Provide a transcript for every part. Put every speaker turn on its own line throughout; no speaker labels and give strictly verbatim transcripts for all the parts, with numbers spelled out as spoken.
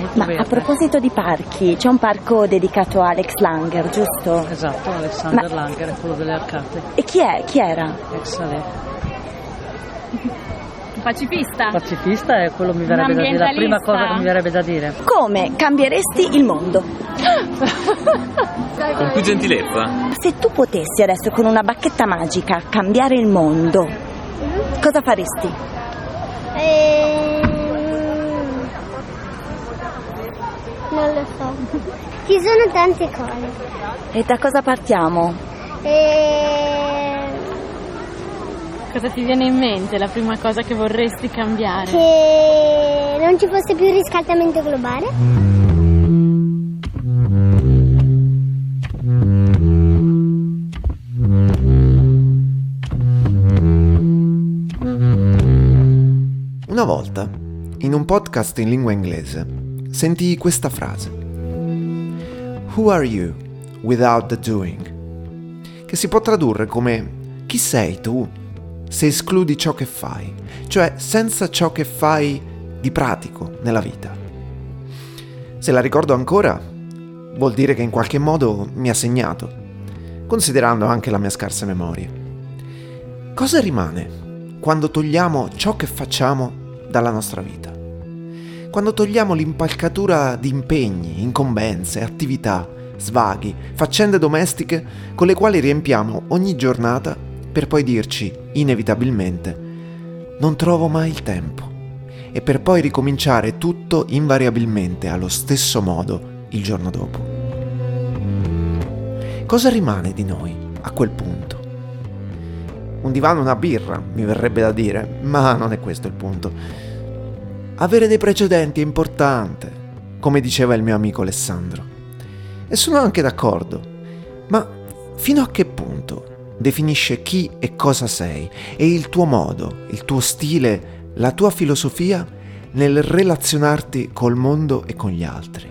Ma verde. A proposito di parchi, c'è un parco dedicato a Alex Langer, giusto?
Esatto, Alexander
Ma...
Langer è quello delle Arcate.
E chi è? Chi era?
Ex Ale.
Pacifista.
Pacifista è quello mi verrebbe da dire, la prima cosa che mi verrebbe da dire.
Come cambieresti il mondo?
Con più gentilezza.
Se tu potessi adesso con una bacchetta magica cambiare il mondo, cosa faresti?
Ehm... Non lo so. Ci sono tante cose.
E da cosa partiamo?
Ehm...
Cosa ti viene in mente, la prima cosa che vorresti cambiare?
Che non ci fosse più riscaldamento globale.
Una volta, in un podcast in lingua inglese, sentii questa frase: Who are you without the doing? Che si può tradurre come: chi sei tu se escludi ciò che fai, cioè senza ciò che fai di pratico nella vita. Se la ricordo ancora, vuol dire che in qualche modo mi ha segnato, considerando anche la mia scarsa memoria. Cosa rimane quando togliamo ciò che facciamo dalla nostra vita? Quando togliamo l'impalcatura di impegni, incombenze, attività, svaghi, faccende domestiche con le quali riempiamo ogni giornata per poi dirci, inevitabilmente, non trovo mai il tempo, e per poi ricominciare tutto invariabilmente allo stesso modo il giorno dopo. Cosa rimane di noi a quel punto? Un divano e una birra, mi verrebbe da dire, ma non è questo il punto. Avere dei precedenti è importante, come diceva il mio amico Alessandro. E sono anche d'accordo, ma fino a che punto definisce chi e cosa sei e il tuo modo, il tuo stile, la tua filosofia nel relazionarti col mondo e con gli altri.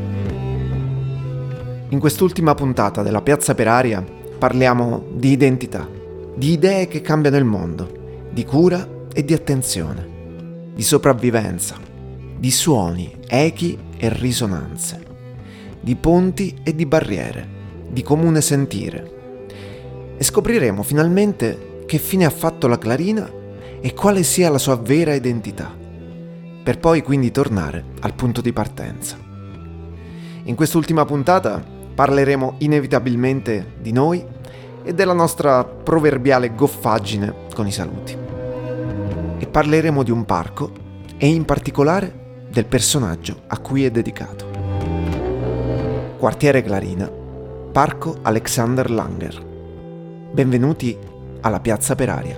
In quest'ultima puntata della Piazza per Aria parliamo di identità, di idee che cambiano il mondo, di cura e di attenzione, di sopravvivenza, di suoni, echi e risonanze, di ponti e di barriere, di comune sentire. E scopriremo finalmente che fine ha fatto la clarina e quale sia la sua vera identità, per poi quindi tornare al punto di partenza. In quest'ultima puntata parleremo inevitabilmente di noi e della nostra proverbiale goffaggine con i saluti. E parleremo di un parco e in particolare del personaggio a cui è dedicato. Quartiere Clarina, Parco Alexander Langer. Benvenuti alla Piazza per Aria.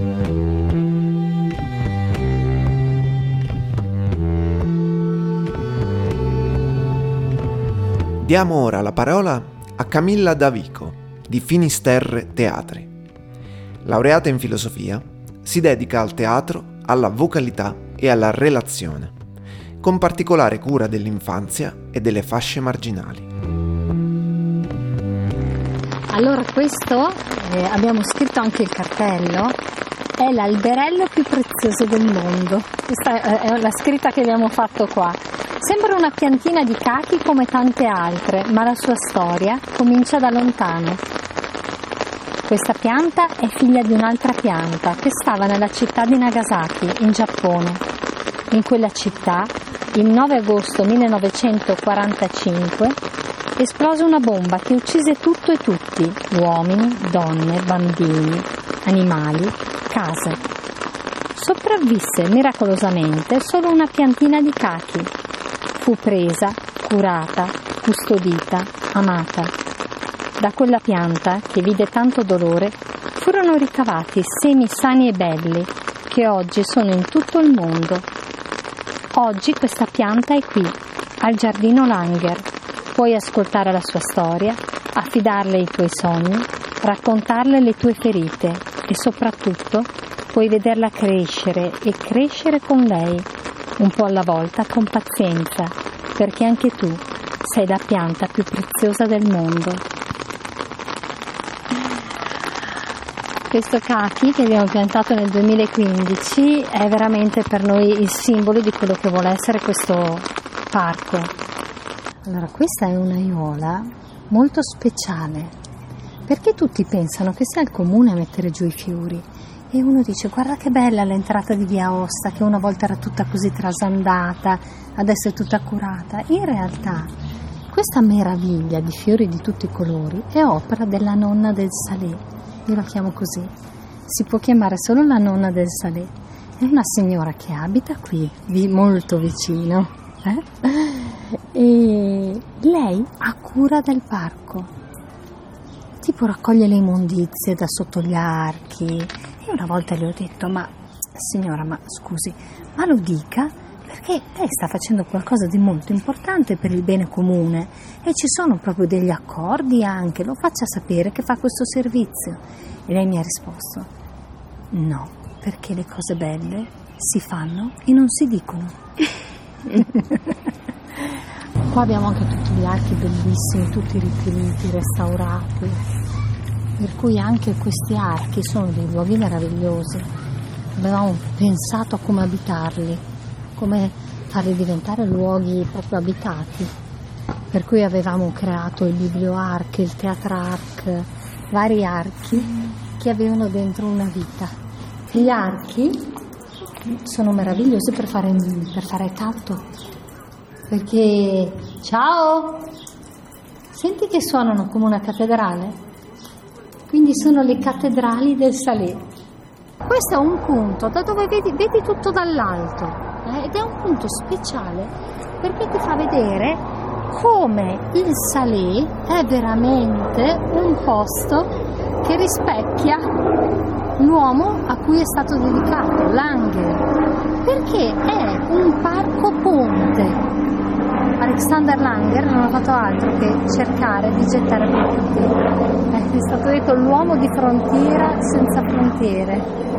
Diamo ora la parola a Camilla Davico di Finisterre Teatri. Laureata in filosofia, si dedica al teatro, alla vocalità e alla relazione, con particolare cura dell'infanzia e delle fasce marginali.
Allora questo, eh, abbiamo scritto anche il cartello, è l'alberello più prezioso del mondo. Questa è la scritta che abbiamo fatto qua. Sembra una piantina di cachi come tante altre, ma la sua storia comincia da lontano. Questa pianta è figlia di un'altra pianta che stava nella città di Nagasaki, in Giappone. In quella città, il nove agosto millenovecentoquarantacinque, esplose una bomba che uccise tutto e tutti, uomini, donne, bambini, animali, case. Sopravvisse miracolosamente solo una piantina di cachi. Fu presa, curata, custodita, amata. Da quella pianta, che vide tanto dolore, furono ricavati semi sani e belli, che oggi sono in tutto il mondo. Oggi questa pianta è qui, al Giardino Langer. Puoi ascoltare la sua storia, affidarle i tuoi sogni, raccontarle le tue ferite e soprattutto puoi vederla crescere e crescere con lei, un po' alla volta con pazienza, perché anche tu sei la pianta più preziosa del mondo. Questo cacchi che abbiamo piantato nel duemilaquindici è veramente per noi il simbolo di quello che vuole essere questo parco. Allora, questa è un'aiuola molto speciale, perché tutti pensano che sia il comune a mettere giù i fiori. E uno dice: guarda che bella l'entrata di Via Aosta, che una volta era tutta così trasandata, adesso è tutta curata. In realtà questa meraviglia di fiori di tutti i colori è opera della nonna del Salé. Io la chiamo così, si può chiamare solo la nonna del Salé. È una signora che abita qui, molto vicino, eh? E lei ha cura del parco, tipo raccoglie le immondizie da sotto gli archi. E una volta le ho detto: ma signora, ma scusi, ma lo dica, perché lei sta facendo qualcosa di molto importante per il bene comune e ci sono proprio degli accordi anche, lo faccia sapere che fa questo servizio. E lei mi ha risposto: no, perché le cose belle si fanno e non si dicono. Qua abbiamo anche tutti gli archi bellissimi, tutti ripuliti, restaurati. Per cui anche questi archi sono dei luoghi meravigliosi. Avevamo pensato a come abitarli, come farli diventare luoghi proprio abitati. Per cui avevamo creato il biblioarch, il teatrarch, vari archi che avevano dentro una vita. Gli archi sono meravigliosi per fare, per fare canto, perché ciao! Senti che suonano come una cattedrale? Quindi sono le cattedrali del Salé. Questo è un punto da dove vedi, vedi tutto dall'alto, eh? Ed è un punto speciale perché ti fa vedere come il Salé è veramente un posto che rispecchia l'uomo a cui è stato dedicato, Langer, perché è un parco ponte. Alexander Langer non ha fatto altro che cercare di gettare ponti. È stato detto l'uomo di frontiera senza frontiere.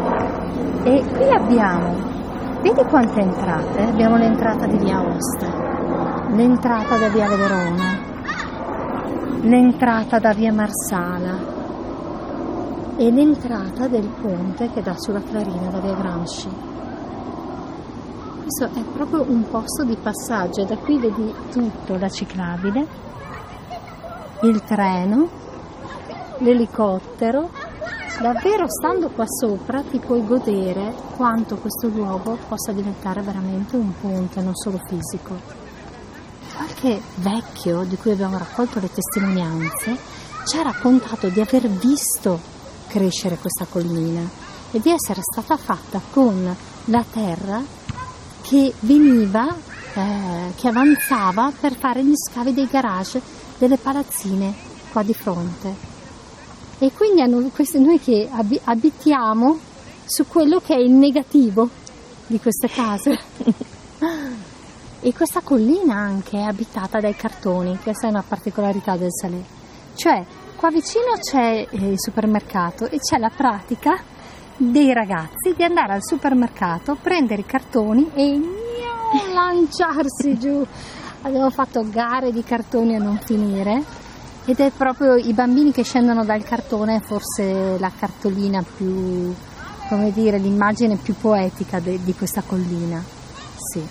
E qui abbiamo, vedi quante entrate? Abbiamo l'entrata di Via Aosta, l'entrata da Viale Verona, l'entrata da Via Marsala e l'entrata del ponte che dà sulla Clarina da Via Gramsci. Questo è proprio un posto di passaggio e da qui vedi tutto, la ciclabile, il treno, l'elicottero. Davvero, stando qua sopra ti puoi godere quanto questo luogo possa diventare veramente un ponte, non solo fisico. Qualche vecchio di cui abbiamo raccolto le testimonianze ci ha raccontato di aver visto crescere questa collina e di essere stata fatta con la terra che veniva, eh, che avanzava per fare gli scavi dei garage delle palazzine qua di fronte. E quindi hanno, questi, noi che ab- abitiamo su quello che è il negativo di queste case. E questa collina anche è abitata dai cartoni, questa è una particolarità del Salé. Cioè, qua vicino c'è eh, il supermercato e c'è la pratica dei ragazzi di andare al supermercato, prendere i cartoni e gnao, lanciarsi giù. Abbiamo fatto gare di cartoni a non finire ed è proprio i bambini che scendono dal cartone, forse la cartolina più, come dire, l'immagine più poetica de, di questa collina. Sì.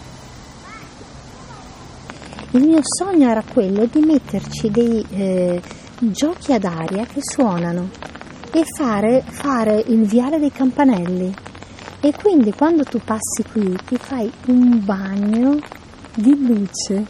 Il mio sogno era quello di metterci dei eh, giochi ad aria che suonano e fare, fare il viale dei campanelli, e quindi quando tu passi qui ti fai un bagno di luce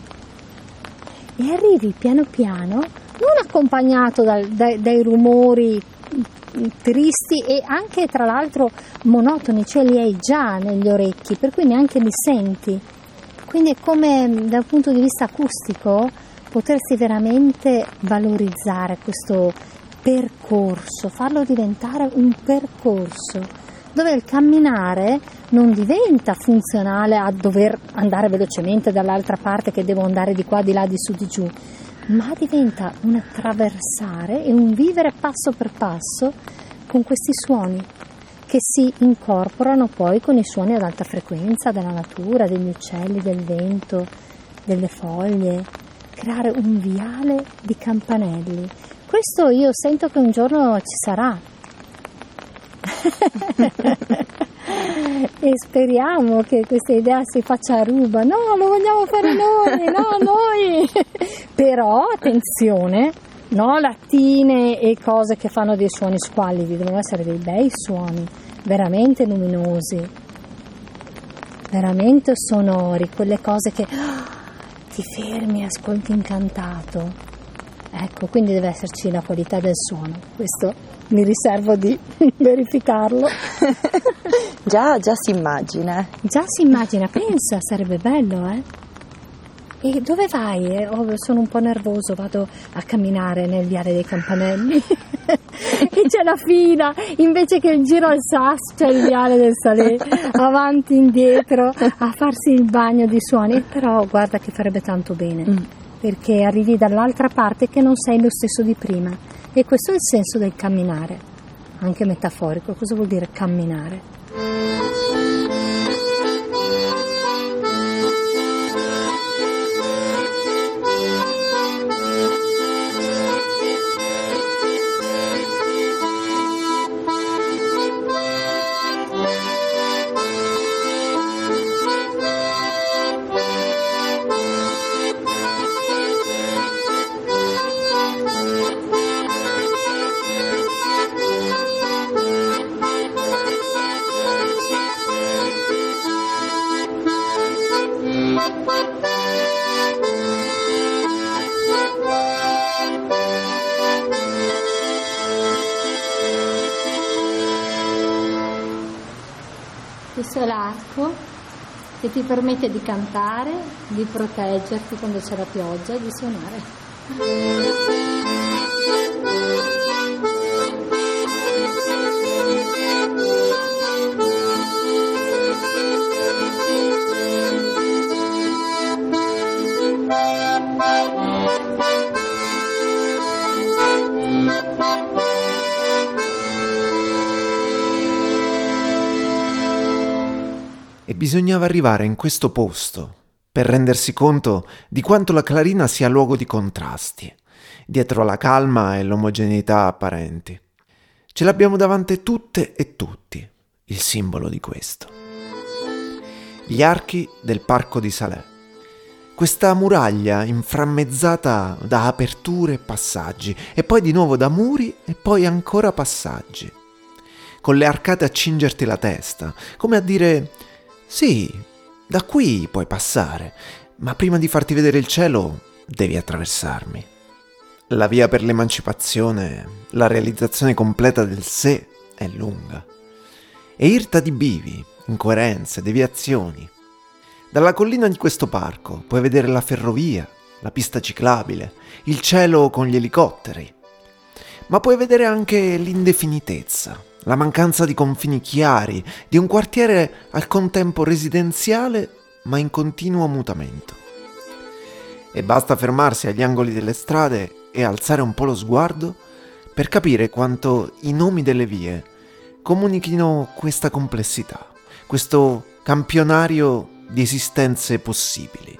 e arrivi piano piano, non accompagnato dal, dai, dai rumori tristi e anche tra l'altro monotoni, cioè li hai già negli orecchi, per cui neanche li senti. Quindi è come dal punto di vista acustico potersi veramente valorizzare questo percorso, farlo diventare un percorso dove il camminare non diventa funzionale a dover andare velocemente dall'altra parte, che devo andare di qua, di là, di su, di giù, ma diventa un attraversare e un vivere passo per passo con questi suoni che si incorporano poi con i suoni ad alta frequenza della natura, degli uccelli, del vento, delle foglie, creare un viale di campanelli. Questo io sento che un giorno ci sarà. e speriamo che questa idea si faccia a ruba. No, lo vogliamo fare noi, no, noi! Però, attenzione, no, lattine e cose che fanno dei suoni squallidi, devono essere dei bei suoni, veramente luminosi, veramente sonori, quelle cose che oh, ti fermi e ascolti incantato. Ecco, quindi deve esserci la qualità del suono, questo mi riservo di verificarlo.
Già, già si immagina.
Già si immagina, pensa, sarebbe bello, eh? E dove vai? Eh, oh, sono un po' nervoso, vado a camminare nel viale dei Campanelli e c'è la fila, invece che il giro al Sas c'è il viale del Salé, avanti, indietro, a farsi il bagno di suoni. Però guarda che farebbe tanto bene. Mm. Perché arrivi dall'altra parte che non sei lo stesso di prima, e questo è il senso del camminare, anche metaforico. Cosa vuol dire camminare? Questo è l'arco che ti permette di cantare, di proteggerti quando c'è la pioggia e di suonare.
E bisognava arrivare in questo posto per rendersi conto di quanto la clarina sia luogo di contrasti, dietro la calma e l'omogeneità apparenti. Ce l'abbiamo davanti tutte e tutti, il simbolo di questo. Gli archi del Parco di Salé. Questa muraglia inframmezzata da aperture e passaggi, e poi di nuovo da muri e poi ancora passaggi, con le arcate a cingerti la testa, come a dire: sì, da qui puoi passare, ma prima di farti vedere il cielo devi attraversarmi. La via per l'emancipazione, la realizzazione completa del sé è lunga e irta di bivi, incoerenze, deviazioni. Dalla collina di questo parco puoi vedere la ferrovia, la pista ciclabile, il cielo con gli elicotteri, ma puoi vedere anche l'indefinitezza, la mancanza di confini chiari, di un quartiere al contempo residenziale ma in continuo mutamento. E basta fermarsi agli angoli delle strade e alzare un po' lo sguardo per capire quanto i nomi delle vie comunichino questa complessità, questo campionario di esistenze possibili.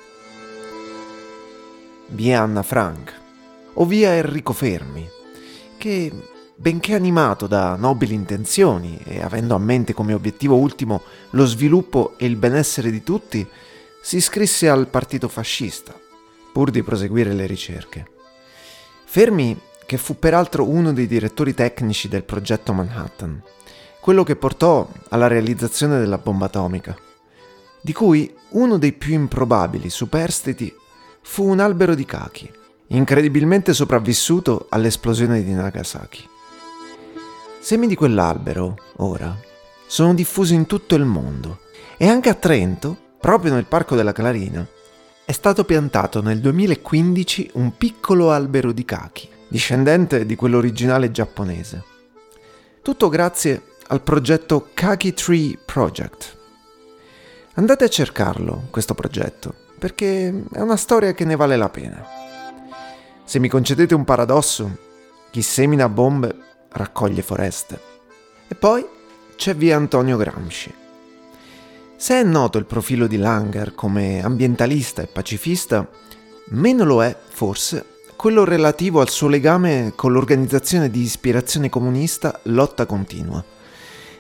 Via Anna Frank o via Enrico Fermi, che, benché animato da nobili intenzioni e avendo a mente come obiettivo ultimo lo sviluppo e il benessere di tutti, si iscrisse al partito fascista, pur di proseguire le ricerche. Fermi, che fu peraltro uno dei direttori tecnici del progetto Manhattan, quello che portò alla realizzazione della bomba atomica, di cui uno dei più improbabili superstiti fu un albero di cachi, incredibilmente sopravvissuto all'esplosione di Nagasaki. Semi di quell'albero, ora, sono diffusi in tutto il mondo e anche a Trento, proprio nel Parco della Clarina, è stato piantato nel duemilaquindici un piccolo albero di cachi, discendente di quello originale giapponese. Tutto grazie al progetto Kaki Tree Project. Andate a cercarlo, questo progetto, perché è una storia che ne vale la pena. Se mi concedete un paradosso, chi semina bombe raccoglie foreste. E poi c'è via Antonio Gramsci. Se è noto il profilo di Langer come ambientalista e pacifista, meno lo è, forse, quello relativo al suo legame con l'organizzazione di ispirazione comunista Lotta Continua,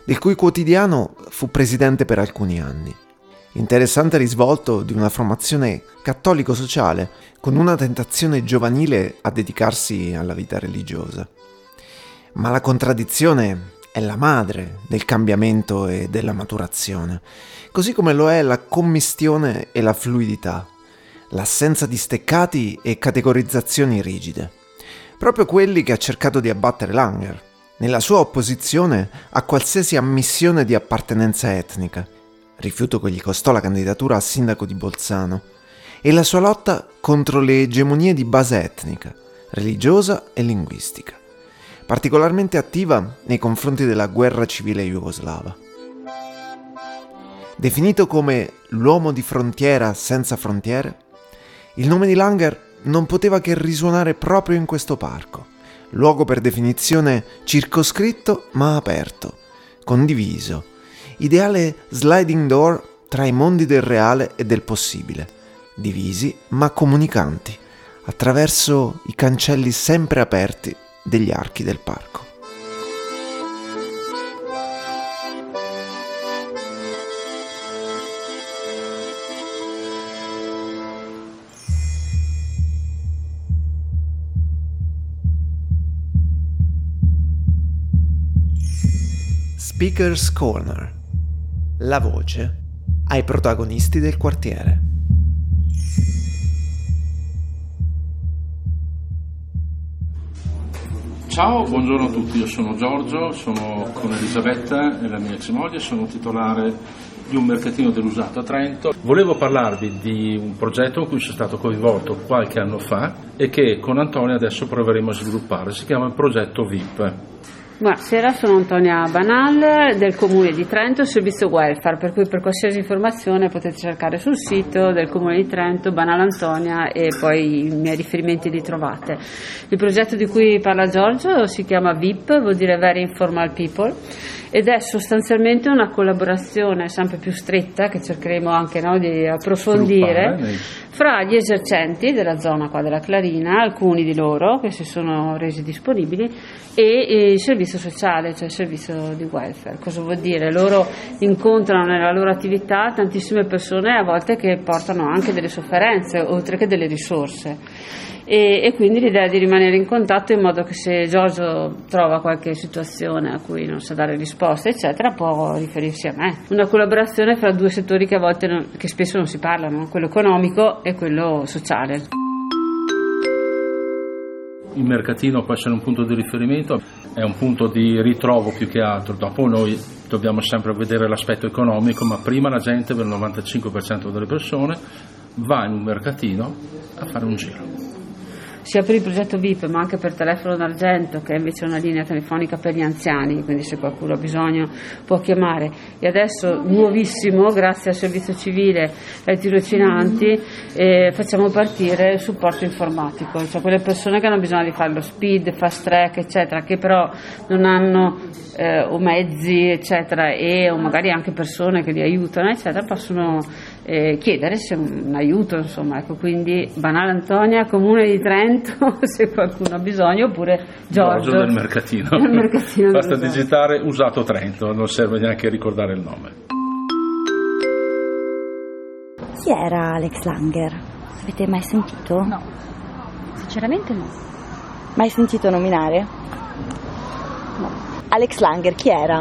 del cui quotidiano fu presidente per alcuni anni. Interessante risvolto di una formazione cattolico-sociale, con una tentazione giovanile a dedicarsi alla vita religiosa. Ma la contraddizione è la madre del cambiamento e della maturazione, così come lo è la commistione e la fluidità, l'assenza di steccati e categorizzazioni rigide, proprio quelli che ha cercato di abbattere Langer, nella sua opposizione a qualsiasi ammissione di appartenenza etnica, rifiuto che gli costò la candidatura a sindaco di Bolzano, e la sua lotta contro le egemonie di base etnica, religiosa e linguistica, particolarmente attiva nei confronti della guerra civile jugoslava. Definito come l'uomo di frontiera senza frontiere, il nome di Langer non poteva che risuonare proprio in questo parco, luogo per definizione circoscritto ma aperto, condiviso, ideale sliding door tra i mondi del reale e del possibile, divisi ma comunicanti, attraverso i cancelli sempre aperti degli archi del parco. Speaker's Corner. La voce ai protagonisti del quartiere.
Ciao, buongiorno a tutti, io sono Giorgio, sono con Elisabetta e la mia ex moglie, sono titolare di un mercatino dell'usato a Trento. Volevo parlarvi di un progetto in cui sono stato coinvolto qualche anno fa e che con Antonia adesso proveremo a sviluppare, si chiama il progetto V I P.
Buonasera, sono Antonia Banal del Comune di Trento, servizio welfare, per cui per qualsiasi informazione potete cercare sul sito del Comune di Trento, Banal Antonia, e poi i miei riferimenti li trovate. Il progetto di cui parla Giorgio si chiama V I P, vuol dire Very Informal People, ed è sostanzialmente una collaborazione sempre più stretta che cercheremo anche noi di approfondire fra gli esercenti della zona qua della Clarina, alcuni di loro che si sono resi disponibili, e il servizio sociale, cioè il servizio di welfare. Cosa vuol dire? Loro incontrano nella loro attività tantissime persone, a volte che portano anche delle sofferenze oltre che delle risorse. E, e quindi l'idea di rimanere in contatto in modo che se Giorgio trova qualche situazione a cui non sa dare risposte eccetera può riferirsi a me. Una collaborazione fra due settori che a volte non, che spesso non si parlano, quello economico e quello sociale.
Il mercatino può essere un punto di riferimento, è un punto di ritrovo più che altro. Dopo noi dobbiamo sempre vedere l'aspetto economico, ma prima la gente, per il novantacinque per cento delle persone, va in un mercatino a fare un giro.
Sia per il progetto V I P ma anche per Telefono d'Argento, che è invece una linea telefonica per gli anziani, quindi se qualcuno ha bisogno può chiamare. E adesso nuovissimo, grazie al servizio civile e ai tirocinanti, eh, facciamo partire il supporto informatico, cioè quelle persone che hanno bisogno di fare lo speed, fast track eccetera, che però non hanno eh, o mezzi eccetera, e o magari anche persone che li aiutano eccetera, possono eh, chiedere se un aiuto, insomma, ecco. Quindi Banal Antonia, Comune di Trento, se qualcuno ha bisogno, oppure Giorgio,
Giorgio del mercatino,
del mercatino
basta digitare usato Trento, non serve neanche ricordare il nome.
Chi era Alex Langer? Avete mai sentito?
No, sinceramente no.
Mai sentito nominare? No. Alex Langer chi era?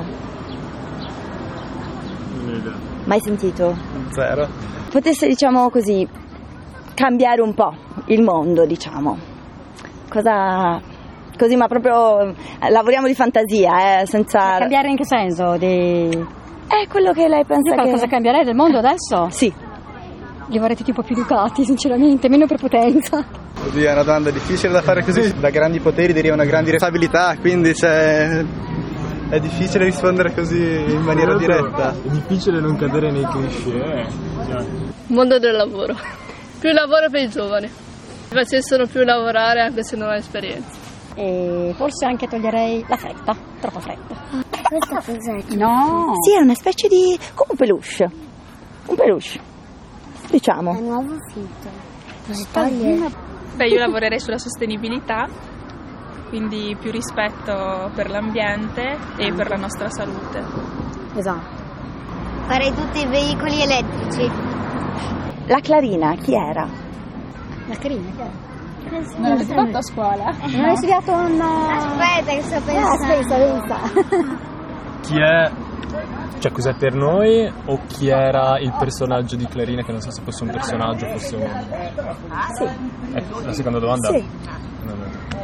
Mai sentito?
Zero.
Potesse, diciamo così, cambiare un po' il mondo, diciamo. Cosa... Così, ma proprio lavoriamo di fantasia, eh, senza...
Cambiare in che senso? Di...
È quello che lei pensa
Io
che...
Cosa cambierei del mondo adesso?
Sì.
Li vorrei tutti un po' più educati, sinceramente, meno prepotenza.
Oddio, è una domanda difficile da fare così. Da grandi poteri deriva una grande responsabilità, quindi c'è... è difficile rispondere così in maniera diretta.
È difficile non cadere nei cliché.
Mondo del lavoro. Più lavoro per i giovani. Facessero più lavorare anche se non hanno esperienza.
E forse anche toglierei la fretta, troppa fretta.
Questo cos'è?
No.
Sì, è una specie di... come un peluche. Un peluche, diciamo.
È nuovo fito. Lo si toglie?
Beh, io lavorerei sulla sostenibilità, quindi più rispetto per l'ambiente e per la nostra salute.
Esatto.
Farei tutti i veicoli elettrici.
La clarina, chi era?
La clarina, chi era?
Non l'avete fatto a scuola?
Non hai studiato un...
Aspetta che sto pensando.
Ah, aspetta, pensa.
Chi è, cioè cos'è per noi, o chi era il personaggio di Clarina, che non so se fosse un personaggio, fosse un...
Sì.
Ecco, la seconda domanda?
Sì.
Non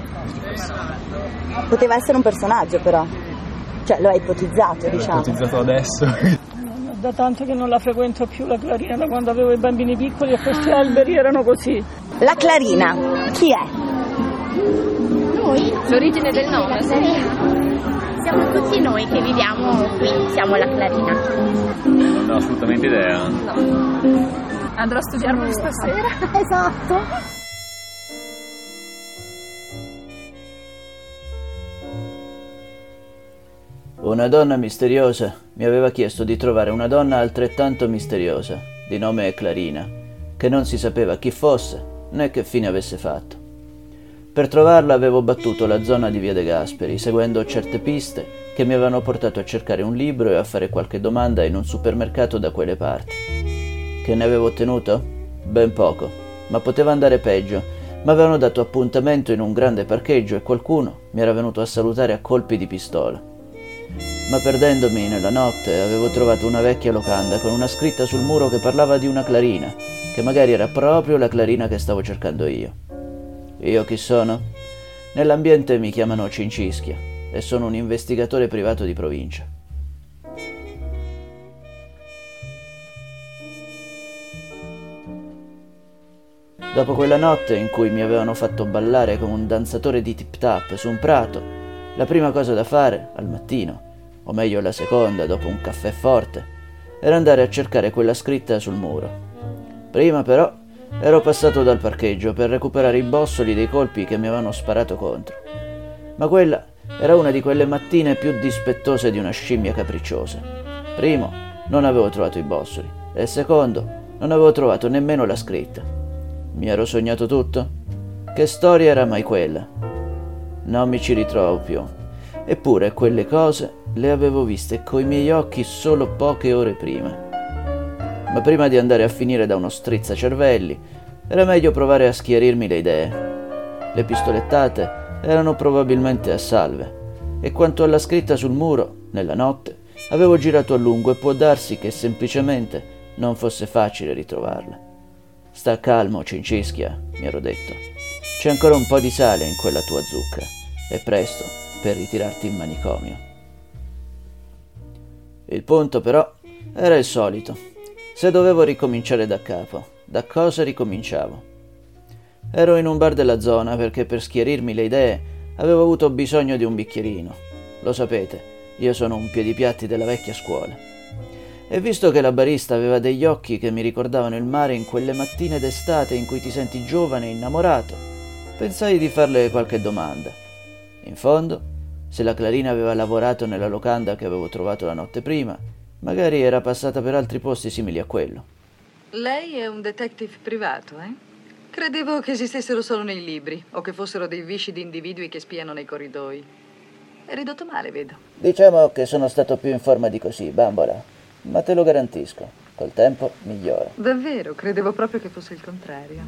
è...
Poteva essere un personaggio però. Cioè lo hai ipotizzato, diciamo.
L'ho ipotizzato adesso.
Da tanto che non la frequento più la Clarina, da quando avevo i bambini piccoli e questi alberi erano così.
La Clarina, chi è?
Noi? L'origine del nome, sì. Siamo tutti noi che viviamo qui, siamo la Clarina.
Non ho assolutamente idea.
No. Andrò a studiarlo stasera.
Esatto.
Una donna misteriosa mi aveva chiesto di trovare una donna altrettanto misteriosa, di nome Clarina, che non si sapeva chi fosse né che fine avesse fatto. Per trovarla avevo battuto la zona di Via De Gasperi, seguendo certe piste che mi avevano portato a cercare un libro e a fare qualche domanda in un supermercato da quelle parti. Che ne avevo ottenuto? Ben poco, ma poteva andare peggio. Mi avevano dato appuntamento in un grande parcheggio e qualcuno mi era venuto a salutare a colpi di pistola. Ma perdendomi nella notte avevo trovato una vecchia locanda con una scritta sul muro che parlava di una Clarina, che magari era proprio la Clarina che stavo cercando io. Io chi sono? Nell'ambiente mi chiamano Cincischia e sono un investigatore privato di provincia. Dopo quella notte in cui mi avevano fatto ballare come un danzatore di tip-tap su un prato, la prima cosa da fare, al mattino, o meglio la seconda, dopo un caffè forte, era andare a cercare quella scritta sul muro. Prima però ero passato dal parcheggio per recuperare i bossoli dei colpi che mi avevano sparato contro. Ma quella era una di quelle mattine più dispettose di una scimmia capricciosa. Primo, non avevo trovato i bossoli, e secondo, non avevo trovato nemmeno la scritta. Mi ero sognato tutto? Che storia era mai quella? Non mi ci ritrovo più. Eppure quelle cose le avevo viste coi miei occhi solo poche ore prima. Ma prima di andare a finire da uno strizzacervelli, era meglio provare a schiarirmi le idee. Le pistolettate erano probabilmente a salve, e quanto alla scritta sul muro, nella notte, avevo girato a lungo e può darsi che semplicemente non fosse facile ritrovarla. Sta calmo, Cincischia, mi ero detto. C'è ancora un po' di sale in quella tua zucca, e presto per ritirarti in manicomio. Il punto però era il solito. Se dovevo ricominciare da capo, da cosa ricominciavo? Ero in un bar della zona perché per schiarirmi le idee avevo avuto bisogno di un bicchierino. Lo sapete, io sono un piedipiatti della vecchia scuola. E visto che la barista aveva degli occhi che mi ricordavano il mare in quelle mattine d'estate in cui ti senti giovane e innamorato, pensai di farle qualche domanda. In fondo, se la Clarina aveva lavorato nella locanda che avevo trovato la notte prima, magari era passata per altri posti simili a quello.
Lei è un detective privato, eh? Credevo che esistessero solo nei libri, o che fossero dei viscidi individui che spiano nei corridoi. È ridotto male, vedo.
Diciamo che sono stato più in forma di così, bambola, ma te lo garantisco, col tempo migliora.
Davvero? Credevo proprio che fosse il contrario.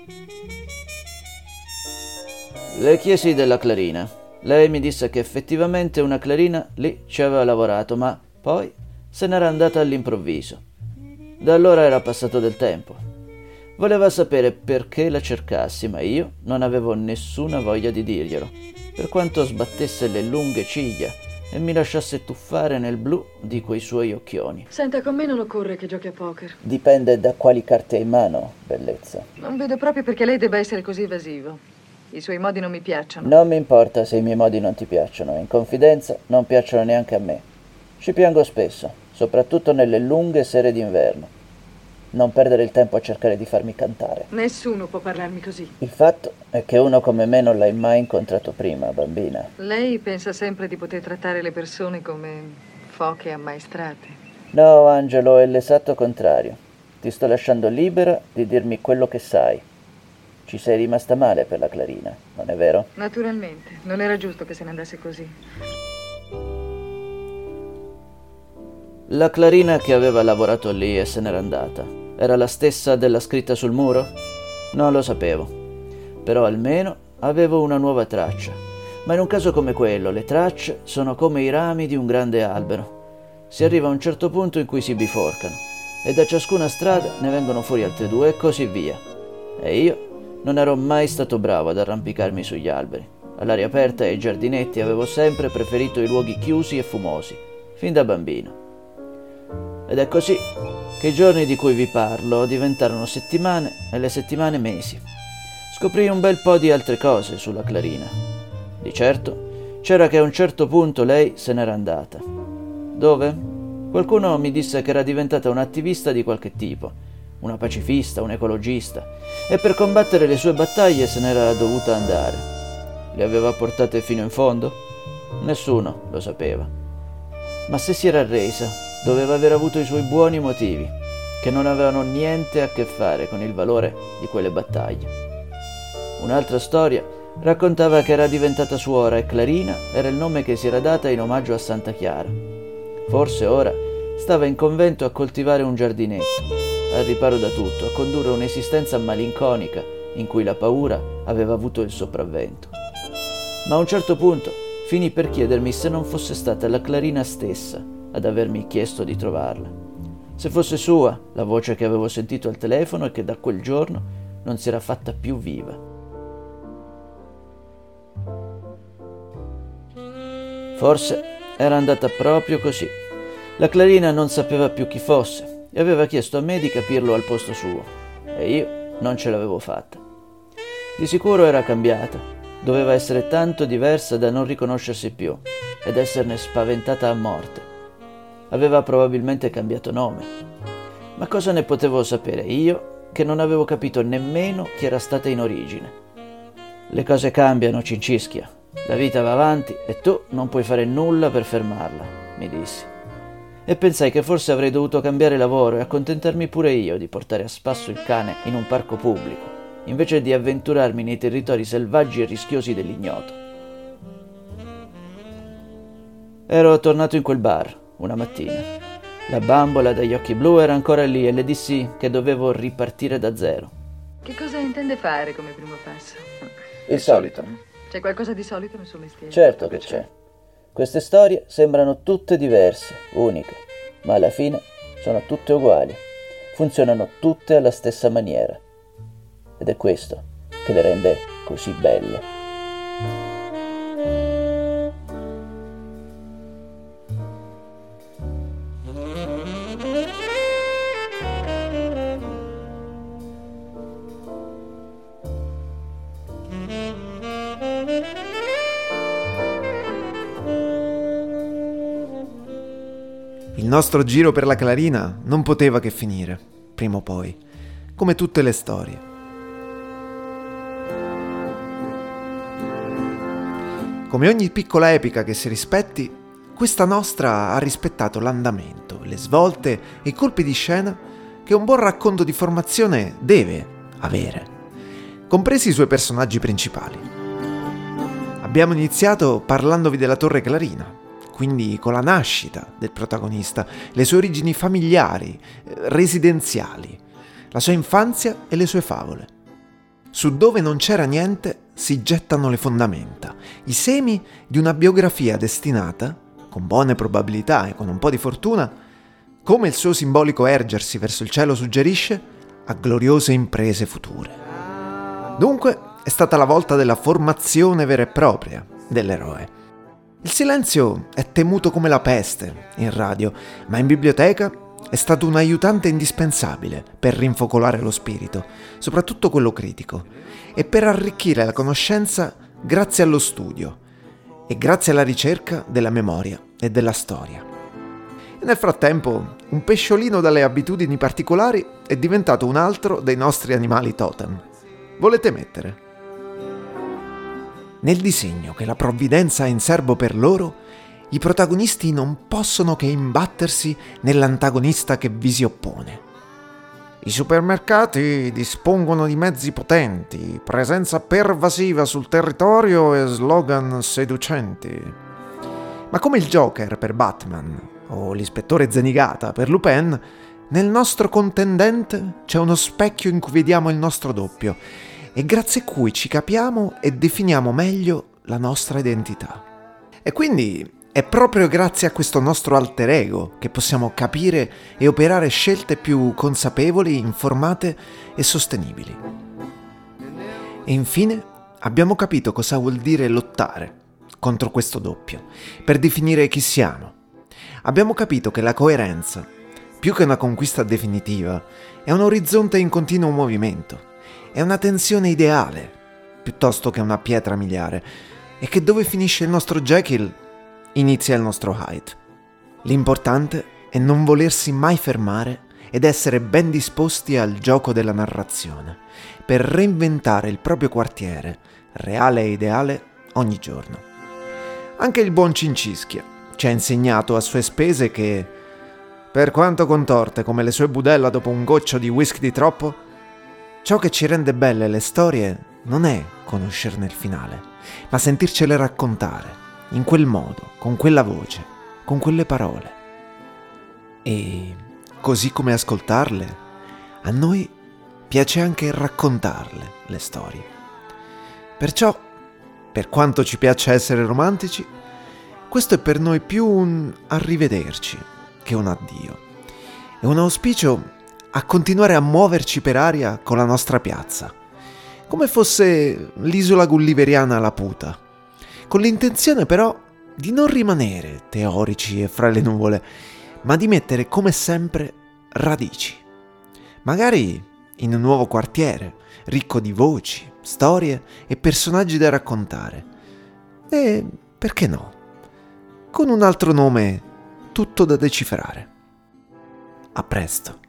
Le chiesi della Clarina. Lei mi disse che effettivamente una Clarina lì ci aveva lavorato, ma poi se n'era andata all'improvviso. Da allora era passato del tempo. Voleva sapere perché la cercassi, ma io non avevo nessuna voglia di dirglielo, per quanto sbattesse le lunghe ciglia e mi lasciasse tuffare nel blu di quei suoi occhioni.
Senta, con me non occorre che giochi a poker.
Dipende da quali carte hai in mano, bellezza.
Non vedo proprio perché lei debba essere così evasivo. I suoi modi non mi piacciono.
Non mi importa se i miei modi non ti piacciono. In confidenza, non piacciono neanche a me. Ci piango spesso, soprattutto nelle lunghe sere d'inverno. Non perdere il tempo a cercare di farmi cantare.
Nessuno può parlarmi così.
Il fatto è che uno come me non l'hai mai incontrato prima, bambina.
Lei pensa sempre di poter trattare le persone come foche ammaestrate.
No, Angelo, è l'esatto contrario. Ti sto lasciando libera di dirmi quello che sai. Ci sei rimasta male per la Clarina, non è vero?
Naturalmente, non era giusto che se ne andasse così.
La Clarina che aveva lavorato lì e se n'era andata era la stessa della scritta sul muro? Non lo sapevo. Però almeno avevo una nuova traccia. Ma in un caso come quello, le tracce sono come i rami di un grande albero. Si arriva a un certo punto in cui si biforcano e da ciascuna strada ne vengono fuori altre due e così via. E io non ero mai stato bravo ad arrampicarmi sugli alberi. All'aria aperta e ai giardinetti avevo sempre preferito i luoghi chiusi e fumosi, fin da bambino. Ed è così che i giorni di cui vi parlo diventarono settimane e le settimane mesi. Scoprii un bel po' di altre cose sulla Clarina. Di certo c'era che a un certo punto lei se n'era andata. Dove? Qualcuno mi disse che era diventata un'attivista di qualche tipo, una pacifista, un ecologista, e per combattere le sue battaglie se n'era dovuta andare. Le aveva portate fino in fondo? Nessuno lo sapeva. Ma se si era arresa, doveva aver avuto i suoi buoni motivi, che non avevano niente a che fare con il valore di quelle battaglie. Un'altra storia raccontava che era diventata suora e Clarina era il nome che si era data in omaggio a Santa Chiara. Forse ora stava in convento a coltivare un giardinetto, al riparo da tutto, a condurre un'esistenza malinconica in cui la paura aveva avuto il sopravvento. Ma a un certo punto finì per chiedermi se non fosse stata la Clarina stessa ad avermi chiesto di trovarla. Se fosse sua la voce che avevo sentito al telefono e che da quel giorno non si era fatta più viva. Forse era andata proprio così. La Clarina non sapeva più chi fosse e aveva chiesto a me di capirlo al posto suo, e io non ce l'avevo fatta. Di sicuro era cambiata, doveva essere tanto diversa da non riconoscersi più ed esserne spaventata a morte. Aveva probabilmente cambiato nome. Ma cosa ne potevo sapere io che non avevo capito nemmeno chi era stata in origine? Le cose cambiano, Cincischia. La vita va avanti e tu non puoi fare nulla per fermarla, mi dissi. E pensai che forse avrei dovuto cambiare lavoro e accontentarmi pure io di portare a spasso il cane in un parco pubblico, invece di avventurarmi nei territori selvaggi e rischiosi dell'ignoto. Ero tornato in quel bar una mattina. La bambola dagli occhi blu era ancora lì e le dissi che dovevo ripartire da zero.
Che cosa intende fare come primo passo?
Il solito.
C'è qualcosa di solito nel suo mestiere?
Certo che c'è. Queste storie sembrano tutte diverse, uniche, ma alla fine sono tutte uguali. Funzionano tutte alla stessa maniera. Ed è questo che le rende così belle.
Il nostro giro per la Clarina non poteva che finire, prima o poi, come tutte le storie. Come ogni piccola epica che si rispetti, questa nostra ha rispettato l'andamento, le svolte e i colpi di scena che un buon racconto di formazione deve avere, compresi i suoi personaggi principali. Abbiamo iniziato parlandovi della Torre Clarina, quindi con la nascita del protagonista, le sue origini familiari, residenziali, la sua infanzia e le sue favole. Su dove non c'era niente si gettano le fondamenta, i semi di una biografia destinata, con buone probabilità e con un po' di fortuna, come il suo simbolico ergersi verso il cielo suggerisce, a gloriose imprese future. Dunque è stata la volta della formazione vera e propria dell'eroe. Il silenzio è temuto come la peste in radio, ma in biblioteca è stato un aiutante indispensabile per rinfocolare lo spirito, soprattutto quello critico, e per arricchire la conoscenza grazie allo studio e grazie alla ricerca della memoria e della storia. E nel frattempo, un pesciolino dalle abitudini particolari è diventato un altro dei nostri animali totem. Volete mettere? Nel disegno che la provvidenza ha in serbo per loro, i protagonisti non possono che imbattersi nell'antagonista che vi si oppone. I supermercati dispongono di mezzi potenti, presenza pervasiva sul territorio e slogan seducenti. Ma come il Joker per Batman, o l'ispettore Zenigata per Lupin, nel nostro contendente c'è uno specchio in cui vediamo il nostro doppio e grazie a cui ci capiamo e definiamo meglio la nostra identità. E quindi è proprio grazie a questo nostro alter ego che possiamo capire e operare scelte più consapevoli, informate e sostenibili. E infine abbiamo capito cosa vuol dire lottare contro questo doppio, per definire chi siamo. Abbiamo capito che la coerenza, più che una conquista definitiva, è un orizzonte in continuo movimento, è una tensione ideale, piuttosto che una pietra miliare, e che dove finisce il nostro Jekyll, inizia il nostro Hyde. L'importante è non volersi mai fermare ed essere ben disposti al gioco della narrazione, per reinventare il proprio quartiere, reale e ideale, ogni giorno. Anche il buon Cincischia ci ha insegnato a sue spese che, per quanto contorte come le sue budella dopo un goccio di whisky di troppo, ciò che ci rende belle le storie non è conoscerne il finale, ma sentircele raccontare, in quel modo, con quella voce, con quelle parole. E così come ascoltarle, a noi piace anche raccontarle le storie. Perciò, per quanto ci piaccia essere romantici, questo è per noi più un arrivederci che un addio. È un auspicio a continuare a muoverci per aria con la nostra piazza, come fosse l'isola gulliveriana Laputa, con l'intenzione però di non rimanere teorici e fra le nuvole, ma di mettere come sempre radici. Magari in un nuovo quartiere, ricco di voci, storie e personaggi da raccontare. E perché no? Con un altro nome tutto da decifrare. A presto.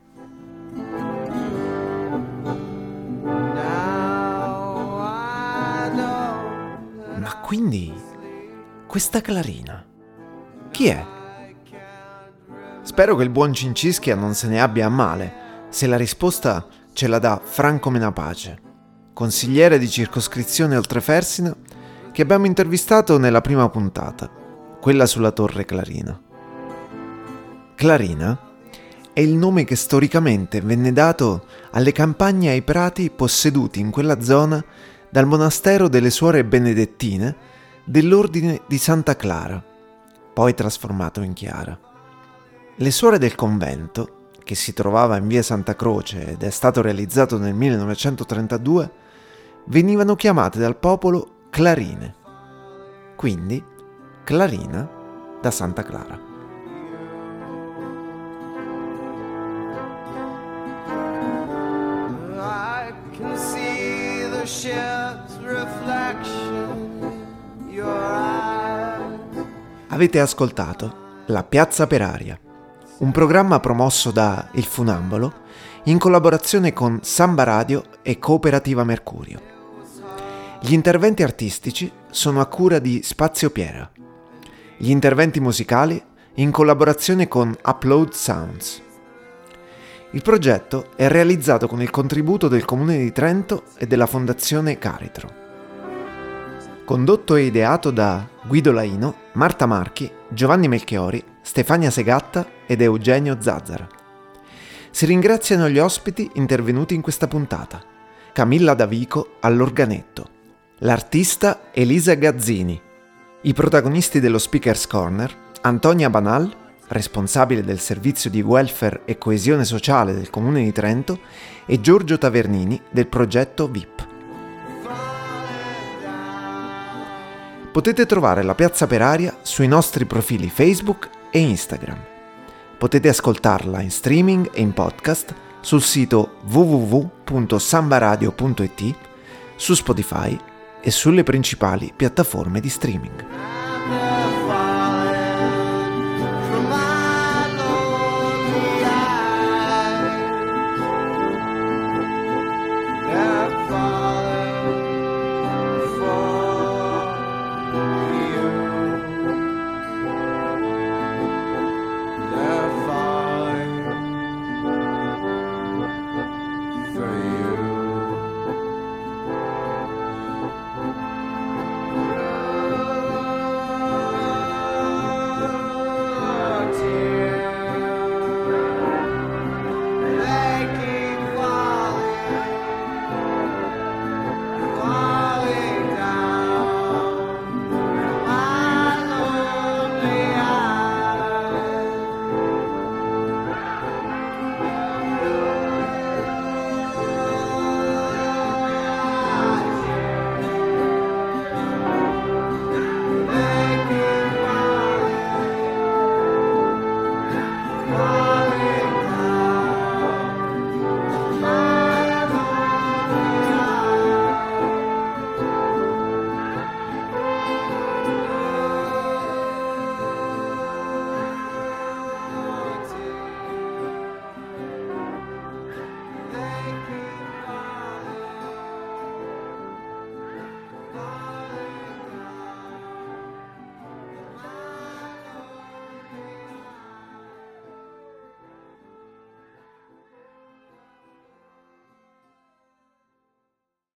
Ma quindi questa Clarina chi è? Spero che il buon Cincischia non se ne abbia a male se la risposta ce la dà Franco Menapace, consigliere di circoscrizione Oltrefersina, che abbiamo intervistato nella prima puntata, quella sulla Torre Clarina. Clarina è il nome che storicamente venne dato alle campagne e ai prati posseduti in quella zona dal monastero delle Suore Benedettine dell'Ordine di Santa Clara, poi trasformato in Chiara. Le suore del convento, che si trovava in via Santa Croce ed è stato realizzato nel millenovecentotrentadue, venivano chiamate dal popolo Clarine, quindi Clarina da Santa Clara.
I can see the ship's reflection in your eyes.
Avete ascoltato La Piazza per Aria, un programma promosso da Il Funambolo in collaborazione con Samba Radio e Cooperativa Mercurio. Gli interventi artistici sono a cura di Spazio Piera. Gli interventi musicali in collaborazione con Upload Sounds. Il progetto è realizzato con il contributo del Comune di Trento e della Fondazione Caritro. Condotto e ideato da Guido Laino, Marta Marchi, Giovanni Melchiori, Stefania Segatta ed Eugenio Zazzara. Si ringraziano gli ospiti intervenuti in questa puntata: Camilla Davico all'organetto, l'artista Elisa Gazzini, i protagonisti dello Speaker's Corner, Antonia Banal, responsabile del servizio di welfare e coesione sociale del Comune di Trento, e Giorgio Tavernini del progetto V I P. Potete trovare La Piazza per Aria sui nostri profili Facebook e Instagram. Potete ascoltarla in streaming e in podcast sul sito w w w punto sambaradio punto it, su Spotify e sulle principali piattaforme di streaming.